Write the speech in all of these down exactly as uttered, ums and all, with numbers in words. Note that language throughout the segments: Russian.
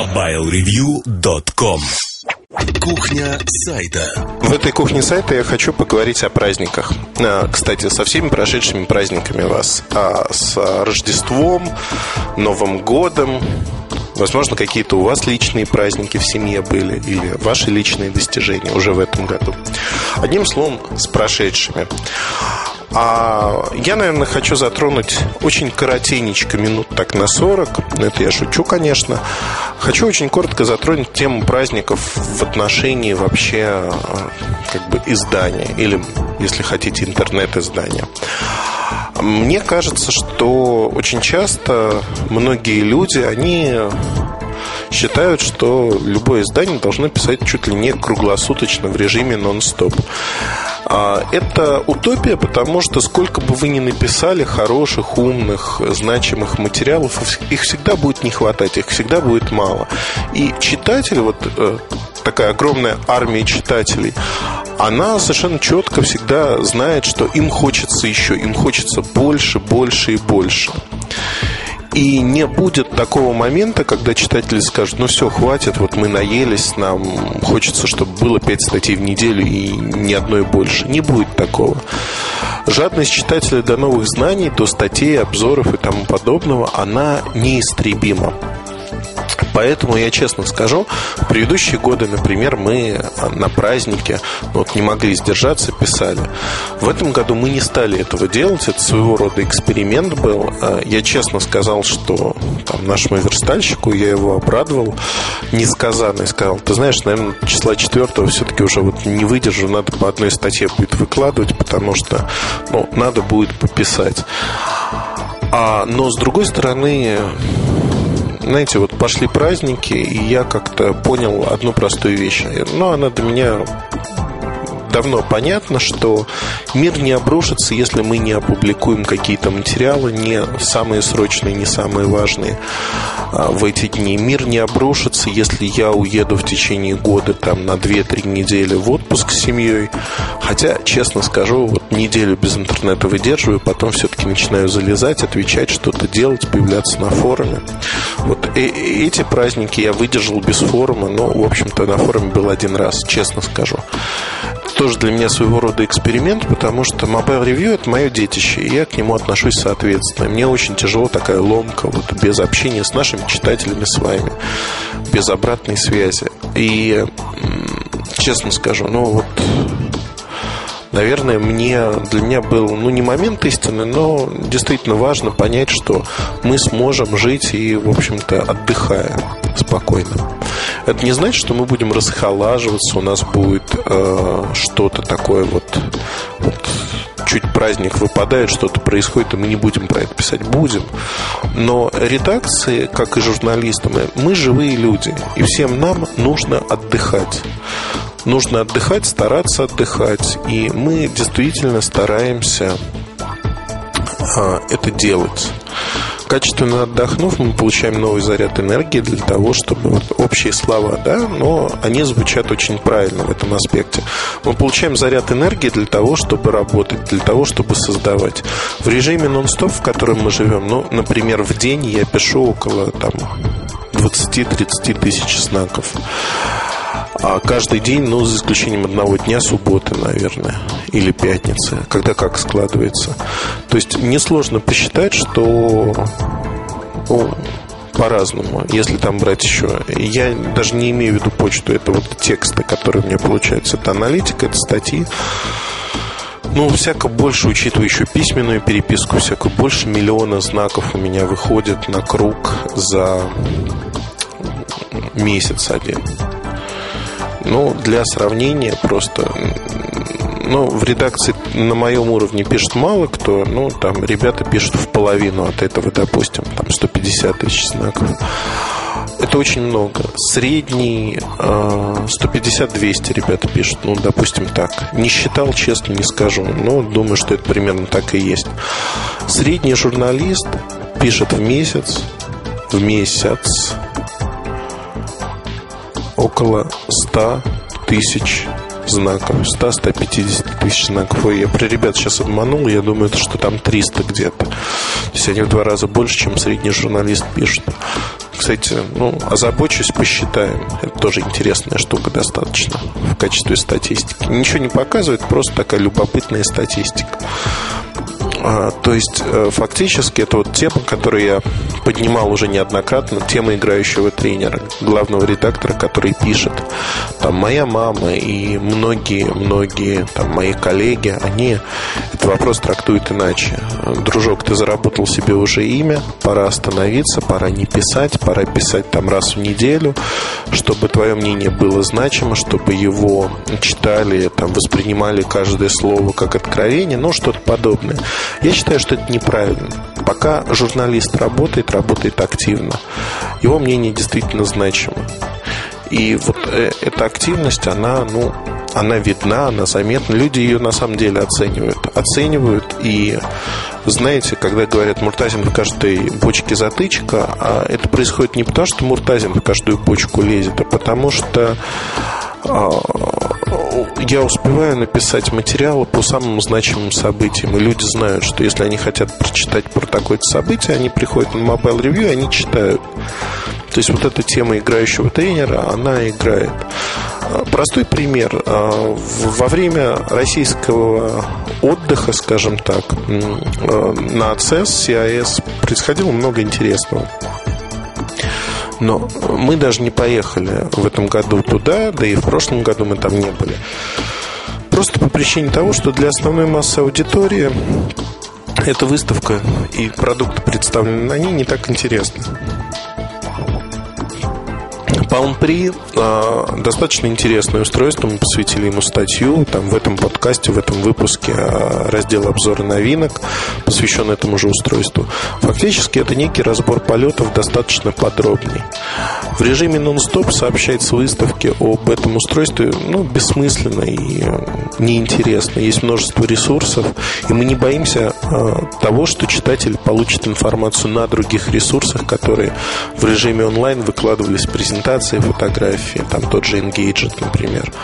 мобайл ревью точка ком. Кухня сайта. В этой кухне сайта я хочу поговорить о праздниках. Кстати, со всеми прошедшими праздниками вас. С Рождеством, Новым годом. Возможно, какие-то у вас личные праздники в семье были, или ваши личные достижения уже в этом году. Одним словом, с прошедшими. А я, наверное, хочу затронуть очень коротенечко, минут так на сорок. Это я шучу, конечно. Хочу очень коротко затронуть тему праздников в отношении вообще как бы издания, или, если хотите, интернет-издания. Мне кажется, что очень часто многие люди, они считают, что любое издание должно писать чуть ли не круглосуточно в режиме нон-стоп. Это утопия, потому что сколько бы вы ни написали хороших, умных, значимых материалов, их всегда будет не хватать, их всегда будет мало. И читатель, вот такая огромная армия читателей, она совершенно четко всегда знает, что им хочется еще, им хочется больше, больше и больше. И не будет такого момента, когда читатели скажут: ну все, хватит, вот мы наелись, нам хочется, чтобы было пять статей в неделю и ни одной больше. Не будет такого. Жадность читателя до новых знаний, до статей, обзоров и тому подобного, она неистребима. Поэтому я честно скажу, в предыдущие годы, например, мы на празднике вот, не могли сдержаться, писали. В этом году мы не стали этого делать. Это своего рода эксперимент был. Я честно сказал, что там, нашему верстальщику, я его обрадовал несказанно и сказал: ты знаешь, наверное, числа четвертого все-таки уже вот не выдержу, надо по одной статье будет выкладывать, потому что ну, надо будет пописать. А, но с другой стороны, знаете, вот пошли праздники, и я как-то понял одну простую вещь. Но она для меня давно понятна, что мир не обрушится, если мы не опубликуем какие-то материалы, не самые срочные, не самые важные в эти дни. Мир не обрушится, если я уеду в течение года там, на две-три недели в отпуск с семьей. Хотя, честно скажу, вот неделю без интернета выдерживаю, потом все-таки начинаю залезать, отвечать, что-то делать, появляться на форуме. Вот и эти праздники я выдержал без форума, но, в общем-то, на форуме был один раз, честно скажу. Тоже для меня своего рода эксперимент, потому что Mobile Review — это мое детище, и я к нему отношусь соответственно. Мне очень тяжело такая ломка, вот, без общения с нашими читателями, с вами, без обратной связи. И, честно скажу, ну вот, наверное, мне, для меня был, ну, не момент истины, но действительно важно понять, что мы сможем жить и, в общем-то, отдыхая спокойно. Это не значит, что мы будем расхолаживаться, у нас будет э, что-то такое вот, вот чуть праздник выпадает, что-то происходит, и мы не будем про это писать. Будем. Но редакции, как и журналисты, мы, мы живые люди, и всем нам нужно отдыхать. Нужно отдыхать, стараться отдыхать. И мы действительно стараемся э, это делать. Качественно отдохнув, мы получаем новый заряд энергии для того, чтобы... Вот общие слова, да, но они звучат очень правильно в этом аспекте. Мы получаем заряд энергии для того, чтобы работать, для того, чтобы создавать. В режиме нон-стоп, в котором мы живем, ну, например, в день я пишу около там двадцать-тридцать тысяч знаков. А каждый день, ну, за исключением одного дня, субботы, наверное, или пятницы, когда как складывается. То есть несложно посчитать, что ну, по-разному. Если там брать еще, я даже не имею в виду почту, это вот тексты, которые у меня получаются. Это аналитика, это статьи. Ну, всяко больше, учитывая еще письменную переписку, всяко больше миллиона знаков у меня выходит на круг за месяц один. Ну, для сравнения просто, ну, в редакции на моем уровне пишет мало кто, ну, там ребята пишут в половину от этого, допустим, там сто пятьдесят тысяч знаков. Это очень много. Средний сто пятьдесят - двести ребята пишут, ну, допустим, так. Не считал, честно, не скажу, но думаю, что это примерно так и есть. Средний журналист пишет в месяц, в месяц около ста тысяч знаков, сто - сто пятьдесят тысяч знаков. Ой, я про ребят сейчас обманул, я думаю, что там триста где-то. То есть они в два раза больше, чем средний журналист пишет. кстати, ну, озабочусь, посчитаем. Это тоже интересная штука достаточно в качестве статистики. Ничего не показывает, просто такая любопытная статистика. То есть, фактически, это вот тема, которую я поднимал уже неоднократно, тема играющего тренера, главного редактора, который пишет. Там моя мама и многие-многие там мои коллеги, они этот вопрос трактуют иначе. Дружок, ты заработал себе уже имя, пора остановиться, пора не писать, пора писать там раз в неделю, чтобы твое мнение было значимо, чтобы его читали, там, воспринимали каждое слово как откровение, ну, что-то подобное. Я считаю, что это неправильно. Пока журналист работает, работает активно, его мнение действительно значимо. И вот эта активность, она, ну, она видна, она заметна. Люди ее на самом деле оценивают. Оценивают. И, знаете, когда говорят Муртазин в каждой бочке затычка, а это происходит не потому, что Муртазин в каждую бочку лезет, а потому что я успеваю написать материалы по самым значимым событиям. И люди знают, что если они хотят прочитать про такое-то событие, они приходят на Mobile Review, они читают. То есть вот эта тема играющего тренера, она играет. Простой пример. Во время российского отдыха, скажем так, на си и эс, си ай эс происходило много интересного. Но мы даже не поехали в этом году туда, да и в прошлом году мы там не были. Просто по причине того, что для основной массы аудитории эта выставка и продукты, представленные на ней, не так интересны. Palm-Pre э, достаточно интересное устройство. Мы посвятили ему статью. Там в этом подкасте, в этом выпуске э, раздел обзора новинок посвящен этому же устройству. Фактически это некий разбор полетов, достаточно подробный. В режиме нон-стоп сообщать с выставки об этом устройстве, ну, бессмысленно и неинтересно. Есть множество ресурсов, и мы не боимся э, того, что читатель получит информацию на других ресурсах, которые в режиме онлайн выкладывались в презентации, фотографии, там тот же Engadget, например.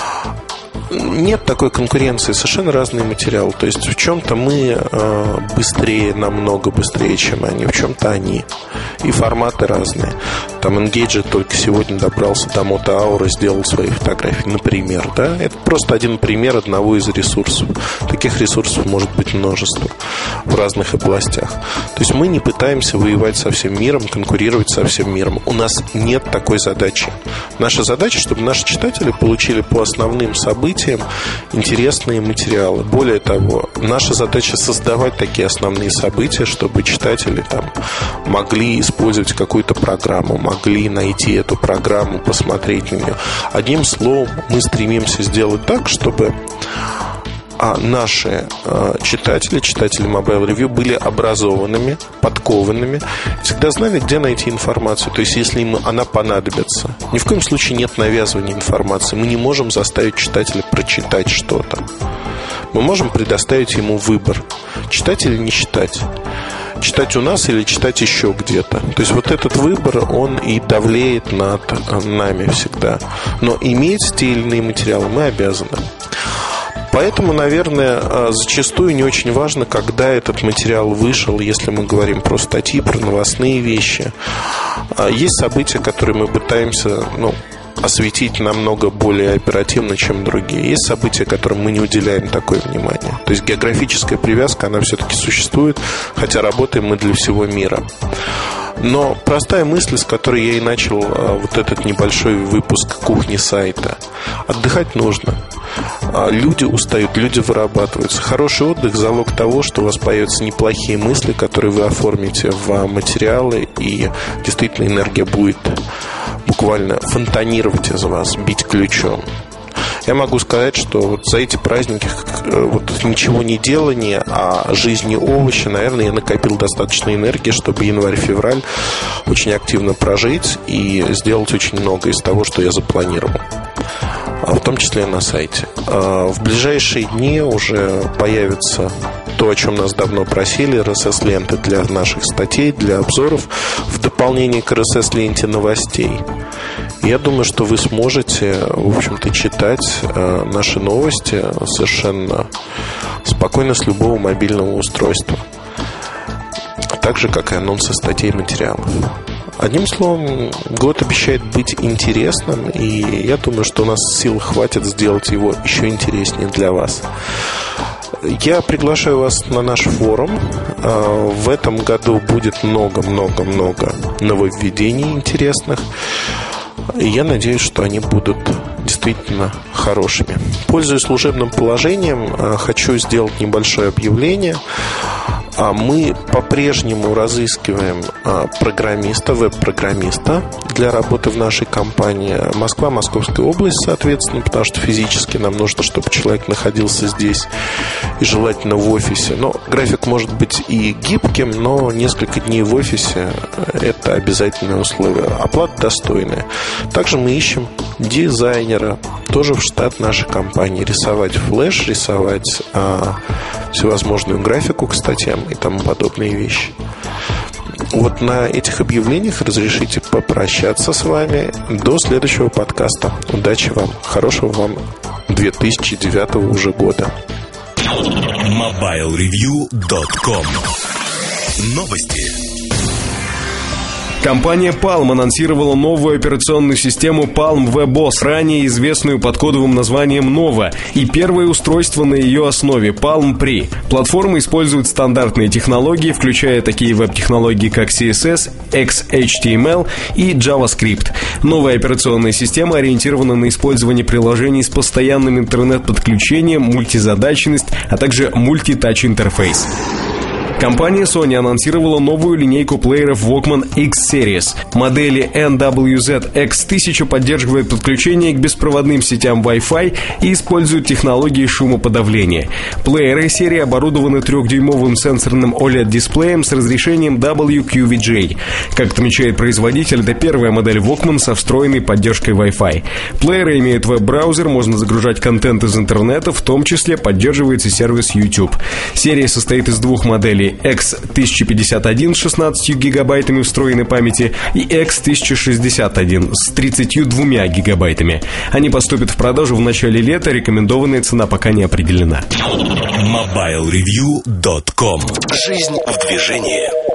Нет такой конкуренции, совершенно разные материалы. То есть в чем-то мы э, быстрее, намного быстрее, чем они, в чем-то они. И форматы разные. Там Engadget только сегодня добрался до Moto Aura, сделал свои фотографии, например, да? Это просто один пример одного из ресурсов. Таких ресурсов может быть множество в разных областях. То есть мы не пытаемся воевать со всем миром, конкурировать со всем миром. У нас нет такой задачи. Наша задача, чтобы наши читатели получили по основным событиям интересные материалы. Более того, наша задача создавать такие основные события, чтобы читатели там могли использовать какую-то программу, могли найти эту программу, посмотреть на нее. Одним словом, мы стремимся сделать так, чтобы а наши э, читатели, читатели Mobile Review были образованными, подкованными, всегда знали, где найти информацию. То есть, если им она понадобится. Ни в коем случае нет навязывания информации. Мы не можем заставить читателя прочитать что-то. Мы можем предоставить ему выбор: читать или не читать, читать у нас или читать еще где-то. То есть вот этот выбор, он и давлеет над нами всегда. Но иметь те или иные материалы мы обязаны. Поэтому, наверное, зачастую не очень важно, когда этот материал вышел, если мы говорим про статьи, про новостные вещи. Есть события, которые мы пытаемся, ну, осветить намного более оперативно, чем другие. Есть события, которым мы не уделяем такое внимание. То есть географическая привязка, она все-таки существует, хотя работаем мы для всего мира. Но простая мысль, с которой я и начал вот этот небольшой выпуск кухни сайта: отдыхать нужно. Люди устают, люди вырабатываются. Хороший отдых – залог того, что у вас появятся неплохие мысли, которые вы оформите в материалы, и действительно энергия будет буквально фонтанировать из вас, бить ключом. Я могу сказать, что вот за эти праздники вот ничего не делания, а жизни овощи, наверное, я накопил достаточно энергии, чтобы январь-февраль очень активно прожить и сделать очень много из того, что я запланировал, в том числе на сайте. В ближайшие дни уже появится то, о чем нас давно просили: эр эс эс-ленты для наших статей, для обзоров, в дополнение к эр эс эс-ленте новостей. Я думаю, что вы сможете, в общем-то, читать наши новости совершенно спокойно с любого мобильного устройства, так же, как и анонсы статей и материалов. Одним словом, год обещает быть интересным, и я думаю, что у нас сил хватит сделать его еще интереснее для вас. Я приглашаю вас на наш форум. В этом году будет много-много-много нововведений интересных. И я надеюсь, что они будут действительно хорошими. Пользуясь служебным положением, хочу сделать небольшое объявление. Мы по-прежнему разыскиваем программиста, веб-программиста для работы в нашей компании. Москва, Московская область, соответственно, потому что физически нам нужно, чтобы человек находился здесь и желательно в офисе. Но график может быть и гибким, но несколько дней в офисе – это обязательное условие. Оплата достойная. Также мы ищем дизайнера, тоже в штат нашей компании. Рисовать флеш, рисовать а, всевозможную графику к статьям и тому подобные вещи. Вот на этих объявлениях разрешите попрощаться с вами до следующего подкаста. Удачи вам, хорошего вам две тысячи девятого уже года. мобайл ревью точка ком. Новости. Компания Palm анонсировала новую операционную систему Palm WebOS, ранее известную под кодовым названием Nova, и первое устройство на ее основе Palm Pre. Платформа использует стандартные технологии, включая такие веб-технологии, как си эс эс, икс эйч ти эм эл и JavaScript. Новая операционная система ориентирована на использование приложений с постоянным интернет-подключением, мультизадачность, а также мультитач-интерфейс. Компания Sony анонсировала новую линейку плееров Walkman X-Series. Модели эн дабл ю зет икс тысяча поддерживает подключение к беспроводным сетям Wi-Fi и используют технологии шумоподавления. Плееры серии оборудованы трехдюймовым сенсорным о лед дисплеем с разрешением дабл ю кью ви джей. Как отмечает производитель, это первая модель Walkman со встроенной поддержкой Wi-Fi. Плееры имеют веб-браузер, можно загружать контент из интернета, в том числе поддерживается сервис YouTube. Серия состоит из двух моделей: X тысяча пятьдесят один с шестнадцатью гигабайтами встроенной памяти и X тысяча шестьдесят один с тридцатью двумя гигабайтами. Они поступят в продажу в начале лета, рекомендованная цена пока не определена. мобайл ревью точка ком. Жизнь в движении.